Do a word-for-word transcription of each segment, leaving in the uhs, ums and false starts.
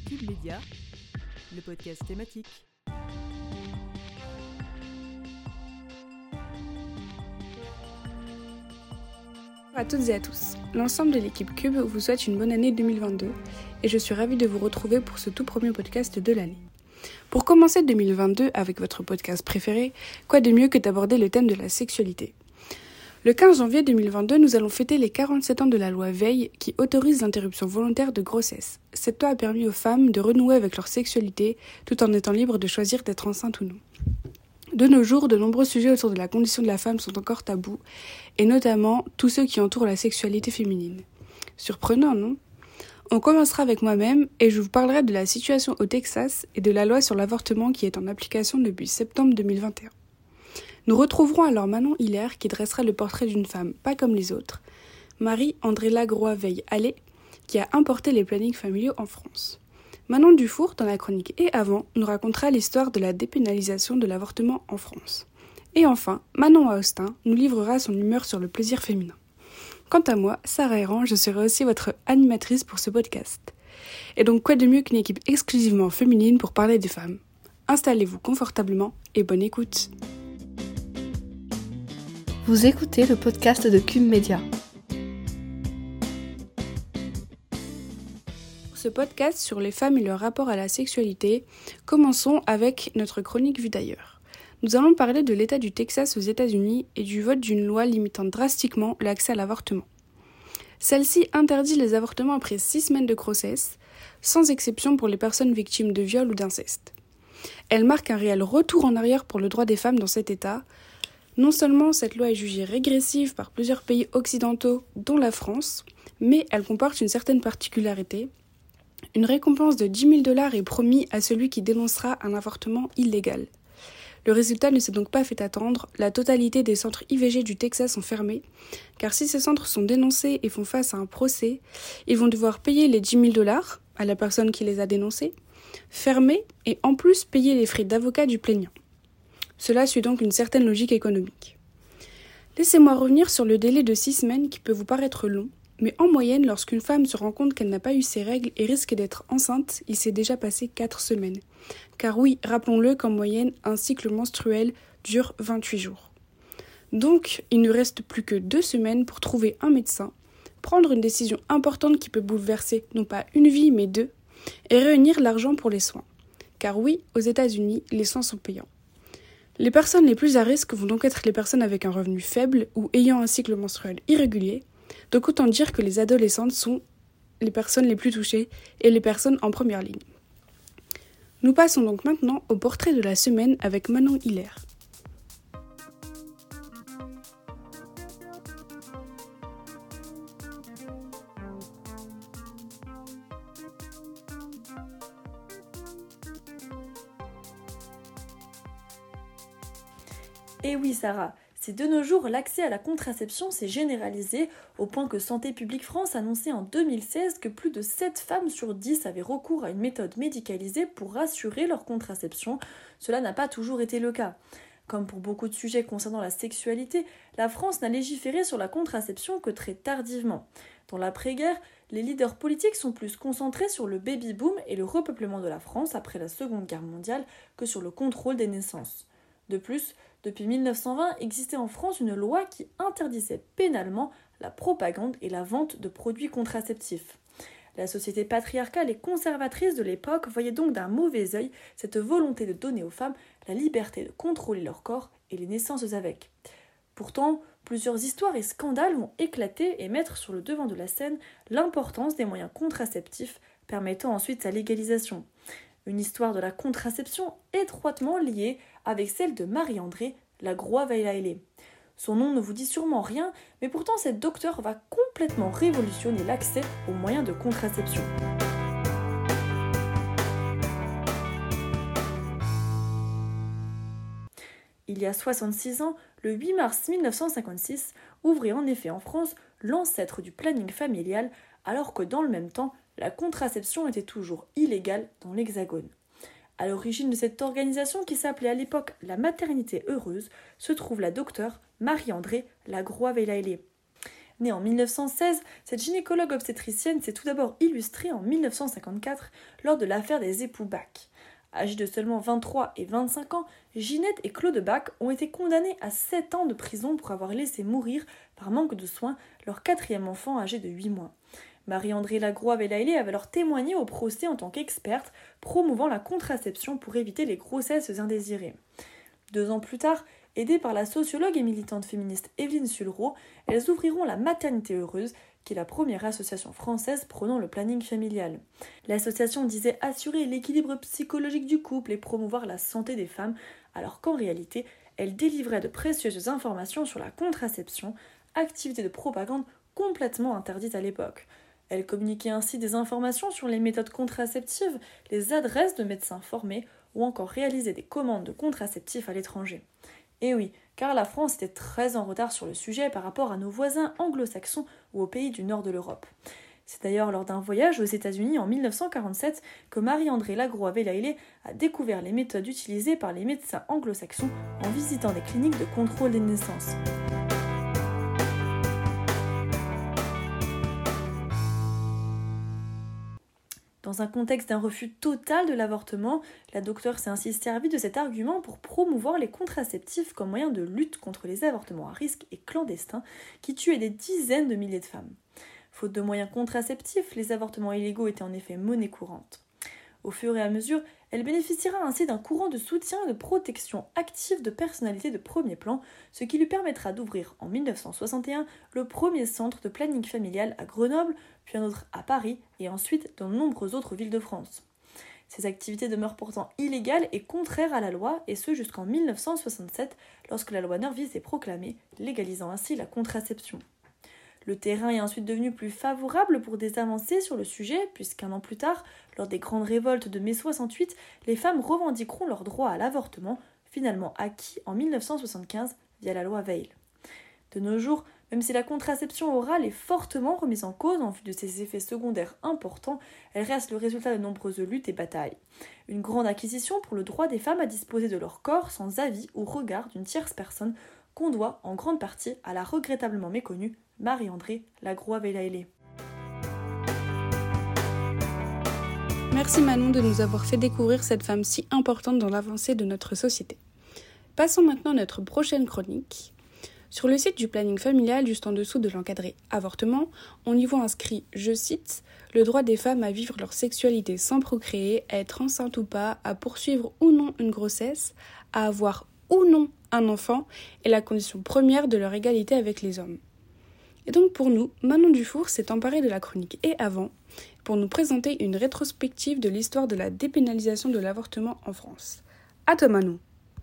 Cube Média, le podcast thématique. Bonjour à toutes et à tous. L'ensemble de l'équipe Cube vous souhaite une bonne année deux mille vingt-deux et je suis ravie de vous retrouver pour ce tout premier podcast de l'année. Pour commencer deux mille vingt-deux avec votre podcast préféré, quoi de mieux que d'aborder le thème de la sexualité. Le quinze janvier deux mille vingt-deux, nous allons fêter les quarante-sept ans de la loi Veil qui autorise l'interruption volontaire de grossesse. Cette loi a permis aux femmes de renouer avec leur sexualité tout en étant libres de choisir d'être enceintes ou non. De nos jours, de nombreux sujets autour de la condition de la femme sont encore tabous, et notamment tous ceux qui entourent la sexualité féminine. Surprenant, non ? On commencera avec moi-même et je vous parlerai de la situation au Texas et de la loi sur l'avortement qui est en application depuis septembre deux mille vingt et un. Nous retrouverons alors Manon Hilaire qui dressera le portrait d'une femme pas comme les autres, Marie-Andrée Lagroix-Veil-Allais, qui a importé les plannings familiaux en France. Manon Dufour, dans la chronique Et avant, nous racontera l'histoire de la dépénalisation de l'avortement en France. Et enfin, Manon Austin nous livrera son humeur sur le plaisir féminin. Quant à moi, Sarah Errand, je serai aussi votre animatrice pour ce podcast. Et donc quoi de mieux qu'une équipe exclusivement féminine pour parler des femmes ? Installez-vous confortablement et bonne écoute. Vous écoutez le podcast de Cube Média. Ce podcast sur les femmes et leur rapport à la sexualité, commençons avec notre chronique vue d'ailleurs. Nous allons parler de l'état du Texas aux États-Unis et du vote d'une loi limitant drastiquement l'accès à l'avortement. Celle-ci interdit les avortements après six semaines de grossesse, sans exception pour les personnes victimes de viol ou d'inceste. Elle marque un réel retour en arrière pour le droit des femmes dans cet état. Non seulement cette loi est jugée régressive par plusieurs pays occidentaux, dont la France, mais elle comporte une certaine particularité. Une récompense de dix mille dollars est promise à celui qui dénoncera un avortement illégal. Le résultat ne s'est donc pas fait attendre, la totalité des centres I V G du Texas sont fermés, car si ces centres sont dénoncés et font face à un procès, ils vont devoir payer les dix mille dollars à la personne qui les a dénoncés, fermer et en plus payer les frais d'avocat du plaignant. Cela suit donc une certaine logique économique. Laissez-moi revenir sur le délai de six semaines qui peut vous paraître long, mais en moyenne, lorsqu'une femme se rend compte qu'elle n'a pas eu ses règles et risque d'être enceinte, il s'est déjà passé quatre semaines. Car oui, rappelons-le qu'en moyenne, un cycle menstruel dure vingt-huit jours. Donc, il ne reste plus que deux semaines pour trouver un médecin, prendre une décision importante qui peut bouleverser non pas une vie mais deux, et réunir l'argent pour les soins. Car oui, aux États-Unis, les soins sont payants. Les personnes les plus à risque vont donc être les personnes avec un revenu faible ou ayant un cycle menstruel irrégulier. Donc autant dire que les adolescentes sont les personnes les plus touchées et les personnes en première ligne. Nous passons donc maintenant au portrait de la semaine avec Manon Hilaire. Et oui Sarah, c'est de nos jours l'accès à la contraception s'est généralisé au point que Santé publique France annonçait en deux mille seize que plus de sept femmes sur dix avaient recours à une méthode médicalisée pour assurer leur contraception. Cela n'a pas toujours été le cas. Comme pour beaucoup de sujets concernant la sexualité, la France n'a légiféré sur la contraception que très tardivement. Dans l'après-guerre, les leaders politiques sont plus concentrés sur le baby-boom et le repeuplement de la France après la Seconde Guerre mondiale que sur le contrôle des naissances. De plus, depuis mille neuf cent vingt, existait en France une loi qui interdisait pénalement la propagande et la vente de produits contraceptifs. La société patriarcale et conservatrice de l'époque voyait donc d'un mauvais œil cette volonté de donner aux femmes la liberté de contrôler leur corps et les naissances avec. Pourtant, plusieurs histoires et scandales vont éclater et mettre sur le devant de la scène l'importance des moyens contraceptifs permettant ensuite sa légalisation. Une histoire de la contraception étroitement liée avec celle de Marie-Andrée Lagroix-Veil-Allais. Son nom ne vous dit sûrement rien, mais pourtant cette docteure va complètement révolutionner l'accès aux moyens de contraception. Il y a soixante-six ans, le huit mars mille neuf cent cinquante-six, ouvrait en effet en France l'ancêtre du planning familial, alors que dans le même temps, la contraception était toujours illégale dans l'Hexagone. À l'origine de cette organisation qui s'appelait à l'époque la Maternité Heureuse se trouve la docteure Marie-Andrée Lagroix-Veil-Allais. Née en mille neuf cent seize, cette gynécologue obstétricienne s'est tout d'abord illustrée en mille neuf cent cinquante-quatre lors de l'affaire des époux Bach. Âgés de seulement vingt-trois et vingt-cinq ans, Ginette et Claude Bach ont été condamnés à sept ans de prison pour avoir laissé mourir, par manque de soins, leur quatrième enfant âgé de huit mois. Marie-Andrée Lagroua-Veilaillet avait alors témoigné au procès en tant qu'experte, promouvant la contraception pour éviter les grossesses indésirées. Deux ans plus tard, aidées par la sociologue et militante féministe Évelyne Sullereau, elles ouvriront la Maternité Heureuse, qui est la première association française prônant le planning familial. L'association disait assurer l'équilibre psychologique du couple et promouvoir la santé des femmes, alors qu'en réalité, elle délivrait de précieuses informations sur la contraception, activité de propagande complètement interdite à l'époque. Elle communiquait ainsi des informations sur les méthodes contraceptives, les adresses de médecins formés ou encore réalisait des commandes de contraceptifs à l'étranger. Et oui, car la France était très en retard sur le sujet par rapport à nos voisins anglo-saxons ou aux pays du nord de l'Europe. C'est d'ailleurs lors d'un voyage aux États-Unis en mille neuf cent quarante-sept que Marie-Andrée Lagroua-Veilaillet a découvert les méthodes utilisées par les médecins anglo-saxons en visitant des cliniques de contrôle des naissances. Dans un contexte d'un refus total de l'avortement, la docteure s'est ainsi servie de cet argument pour promouvoir les contraceptifs comme moyen de lutte contre les avortements à risque et clandestins qui tuaient des dizaines de milliers de femmes. Faute de moyens contraceptifs, les avortements illégaux étaient en effet monnaie courante. Au fur et à mesure, elle bénéficiera ainsi d'un courant de soutien et de protection active de personnalités de premier plan, ce qui lui permettra d'ouvrir en mille neuf cent soixante et un le premier centre de planning familial à Grenoble, puis un autre à Paris et ensuite dans de nombreuses autres villes de France. Ces activités demeurent pourtant illégales et contraires à la loi, et ce jusqu'en mille neuf cent soixante-sept, lorsque la loi Neuville est proclamée, légalisant ainsi la contraception. Le terrain est ensuite devenu plus favorable pour des avancées sur le sujet, puisqu'un an plus tard, lors des grandes révoltes de mai soixante-huit, les femmes revendiqueront leur droit à l'avortement, finalement acquis en mille neuf cent soixante-quinze via la loi Veil. De nos jours, même si la contraception orale est fortement remise en cause en vue de ses effets secondaires importants, elle reste le résultat de nombreuses luttes et batailles. Une grande acquisition pour le droit des femmes à disposer de leur corps sans avis ou regard d'une tierce personne qu'on doit en grande partie à la regrettablement méconnue Marie-Andrée Lagroua-Veilaillet. Merci Manon de nous avoir fait découvrir cette femme si importante dans l'avancée de notre société. Passons maintenant à notre prochaine chronique. Sur le site du planning familial, juste en dessous de l'encadré avortement, on y voit inscrit, je cite, « le droit des femmes à vivre leur sexualité sans procréer, à être enceinte ou pas, à poursuivre ou non une grossesse, à avoir ou non un enfant est la condition première de leur égalité avec les hommes. » Et donc pour nous, Manon Dufour s'est emparée de la chronique Et avant pour nous présenter une rétrospective de l'histoire de la dépénalisation de l'avortement en France. À toi Manon.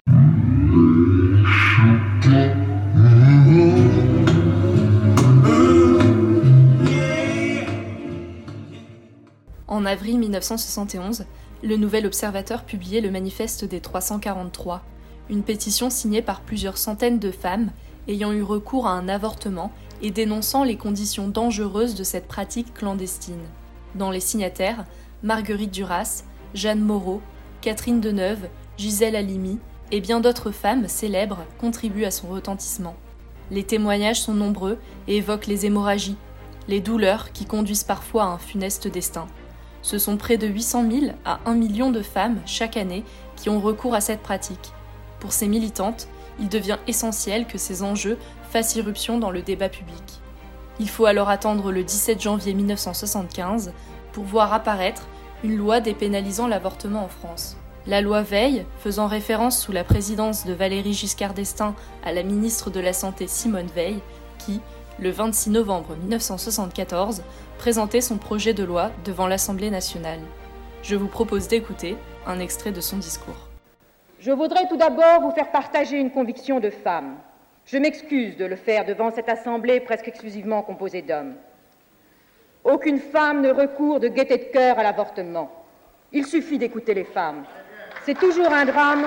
En avril mille neuf cent soixante et onze, le Nouvel Observateur publiait le Manifeste des trois cent quarante-trois, une pétition signée par plusieurs centaines de femmes ayant eu recours à un avortement et dénonçant les conditions dangereuses de cette pratique clandestine. Dans les signataires, Marguerite Duras, Jeanne Moreau, Catherine Deneuve, Gisèle Halimi et bien d'autres femmes célèbres contribuent à son retentissement. Les témoignages sont nombreux et évoquent les hémorragies, les douleurs qui conduisent parfois à un funeste destin. Ce sont près de huit cent mille à un million de femmes chaque année qui ont recours à cette pratique. Pour ces militantes, il devient essentiel que ces enjeux fassent irruption dans le débat public. Il faut alors attendre le dix-sept janvier mille neuf cent soixante-quinze pour voir apparaître une loi dépénalisant l'avortement en France. La loi Veil, faisant référence sous la présidence de Valéry Giscard d'Estaing à la ministre de la Santé Simone Veil, qui, le vingt-six novembre mille neuf cent soixante-quatorze, présentait son projet de loi devant l'Assemblée nationale. Je vous propose d'écouter un extrait de son discours. Je voudrais tout d'abord vous faire partager une conviction de femme. Je m'excuse de le faire devant cette assemblée presque exclusivement composée d'hommes. Aucune femme ne recourt de gaieté de cœur à l'avortement. Il suffit d'écouter les femmes. C'est toujours un drame.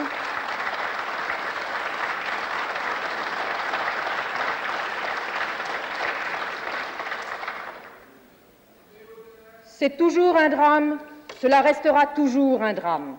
C'est toujours un drame. Cela restera toujours un drame.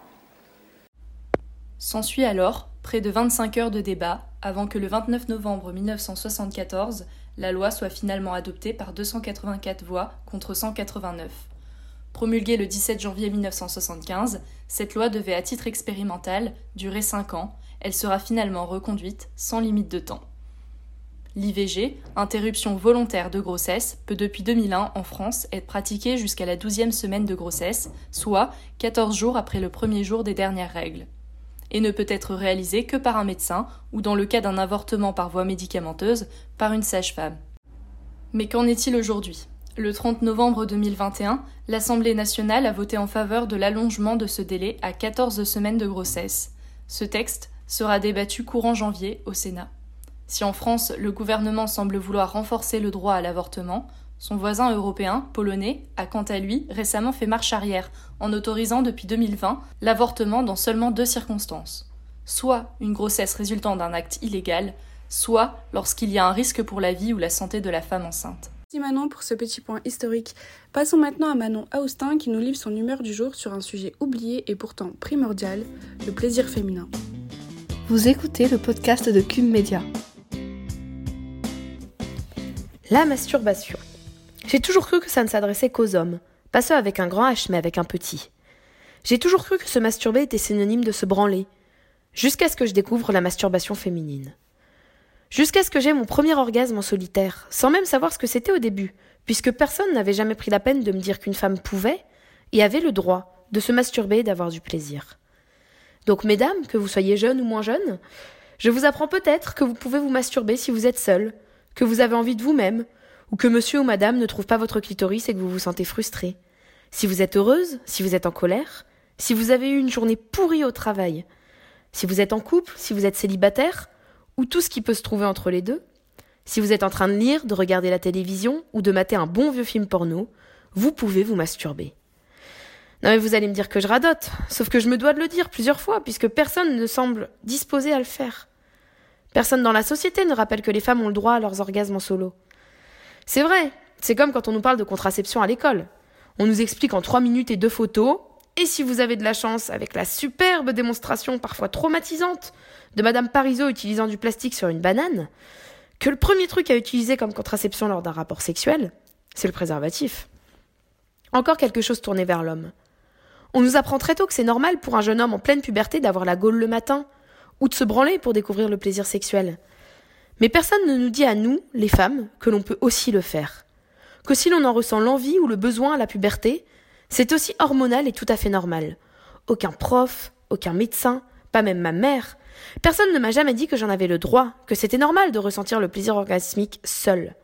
S'ensuit alors près de vingt-cinq heures de débat avant que le vingt-neuf novembre mille neuf cent soixante-quatorze, la loi soit finalement adoptée par deux cent quatre-vingt-quatre voix contre cent quatre-vingt-neuf. Promulguée le dix-sept janvier mille neuf cent soixante-quinze, cette loi devait à titre expérimental durer cinq ans. Elle sera finalement reconduite sans limite de temps. L'I V G, interruption volontaire de grossesse, peut depuis deux mille un en France être pratiquée jusqu'à la douzième semaine de grossesse, soit quatorze jours après le premier jour des dernières règles, et ne peut être réalisée que par un médecin ou, dans le cas d'un avortement par voie médicamenteuse, par une sage-femme. Mais qu'en est-il aujourd'hui ? Le trente novembre deux mille vingt et un, l'Assemblée nationale a voté en faveur de l'allongement de ce délai à quatorze semaines de grossesse. Ce texte sera débattu courant janvier au Sénat. Si en France, le gouvernement semble vouloir renforcer le droit à l'avortement, son voisin européen, polonais, a quant à lui récemment fait marche arrière en autorisant depuis deux mille vingt l'avortement dans seulement deux circonstances. Soit une grossesse résultant d'un acte illégal, soit lorsqu'il y a un risque pour la vie ou la santé de la femme enceinte. Merci Manon pour ce petit point historique. Passons maintenant à Manon Aoustin qui nous livre son humeur du jour sur un sujet oublié et pourtant primordial, le plaisir féminin. Vous écoutez le podcast de Cum Média. La masturbation. J'ai toujours cru que ça ne s'adressait qu'aux hommes, pas ceux avec un grand H mais avec un petit. J'ai toujours cru que se masturber était synonyme de se branler, jusqu'à ce que je découvre la masturbation féminine. Jusqu'à ce que j'aie mon premier orgasme en solitaire, sans même savoir ce que c'était au début, puisque personne n'avait jamais pris la peine de me dire qu'une femme pouvait, et avait le droit, de se masturber et d'avoir du plaisir. Donc mesdames, que vous soyez jeunes ou moins jeunes, je vous apprends peut-être que vous pouvez vous masturber si vous êtes seule, que vous avez envie de vous-même, ou que monsieur ou madame ne trouve pas votre clitoris et que vous vous sentez frustré. Si vous êtes heureuse, si vous êtes en colère, si vous avez eu une journée pourrie au travail, si vous êtes en couple, si vous êtes célibataire, ou tout ce qui peut se trouver entre les deux, si vous êtes en train de lire, de regarder la télévision ou de mater un bon vieux film porno, vous pouvez vous masturber. Non mais vous allez me dire que je radote, sauf que je me dois de le dire plusieurs fois puisque personne ne semble disposé à le faire. Personne dans la société ne rappelle que les femmes ont le droit à leurs orgasmes en solo. C'est vrai, c'est comme quand on nous parle de contraception à l'école. On nous explique en trois minutes et deux photos, et si vous avez de la chance avec la superbe démonstration parfois traumatisante de Madame Parizeau utilisant du plastique sur une banane, que le premier truc à utiliser comme contraception lors d'un rapport sexuel, c'est le préservatif. Encore quelque chose tourné vers l'homme. On nous apprend très tôt que c'est normal pour un jeune homme en pleine puberté d'avoir la gaule le matin, ou de se branler pour découvrir le plaisir sexuel. Mais personne ne nous dit à nous, les femmes, que l'on peut aussi le faire. Que si l'on en ressent l'envie ou le besoin à la puberté, c'est aussi hormonal et tout à fait normal. Aucun prof, aucun médecin, pas même ma mère, personne ne m'a jamais dit que j'en avais le droit, que c'était normal de ressentir le plaisir orgasmique seul.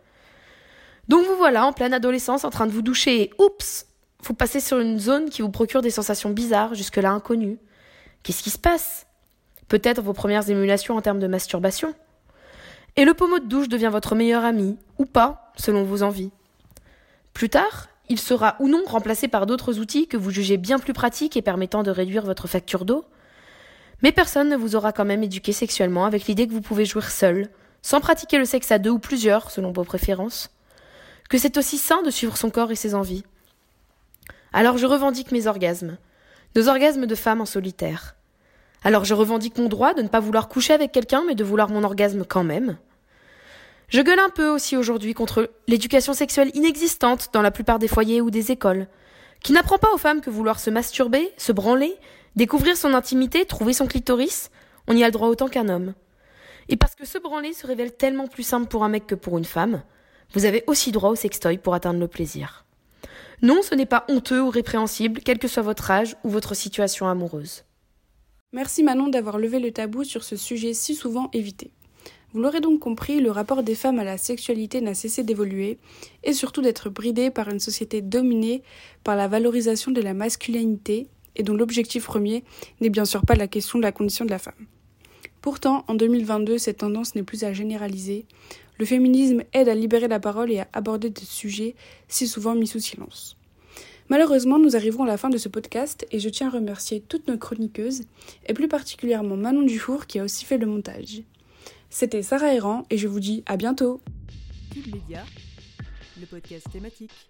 Donc vous voilà en pleine adolescence en train de vous doucher et oups, vous passez sur une zone qui vous procure des sensations bizarres, jusque-là inconnues. Qu'est-ce qui se passe ? Peut-être vos premières émulations en termes de masturbation. Et le pommeau de douche devient votre meilleur ami, ou pas, selon vos envies. Plus tard, il sera ou non remplacé par d'autres outils que vous jugez bien plus pratiques et permettant de réduire votre facture d'eau. Mais personne ne vous aura quand même éduqué sexuellement avec l'idée que vous pouvez jouir seul, sans pratiquer le sexe à deux ou plusieurs, selon vos préférences. Que c'est aussi sain de suivre son corps et ses envies. Alors je revendique mes orgasmes. Nos orgasmes de femmes en solitaire. Alors je revendique mon droit de ne pas vouloir coucher avec quelqu'un, mais de vouloir mon orgasme quand même. Je gueule un peu aussi aujourd'hui contre l'éducation sexuelle inexistante dans la plupart des foyers ou des écoles, qui n'apprend pas aux femmes que vouloir se masturber, se branler, découvrir son intimité, trouver son clitoris, on y a le droit autant qu'un homme. Et parce que se branler se révèle tellement plus simple pour un mec que pour une femme, vous avez aussi droit au sextoy pour atteindre le plaisir. Non, ce n'est pas honteux ou répréhensible, quel que soit votre âge ou votre situation amoureuse. Merci Manon d'avoir levé le tabou sur ce sujet si souvent évité. Vous l'aurez donc compris, le rapport des femmes à la sexualité n'a cessé d'évoluer et surtout d'être bridé par une société dominée par la valorisation de la masculinité et dont l'objectif premier n'est bien sûr pas la question de la condition de la femme. Pourtant, en deux mille vingt-deux, cette tendance n'est plus à généraliser. Le féminisme aide à libérer la parole et à aborder des sujets si souvent mis sous silence. Malheureusement, nous arrivons à la fin de ce podcast et je tiens à remercier toutes nos chroniqueuses et plus particulièrement Manon Dufour qui a aussi fait le montage. C'était Sarah Errand et je vous dis à bientôt. Cube Média, le podcast thématique.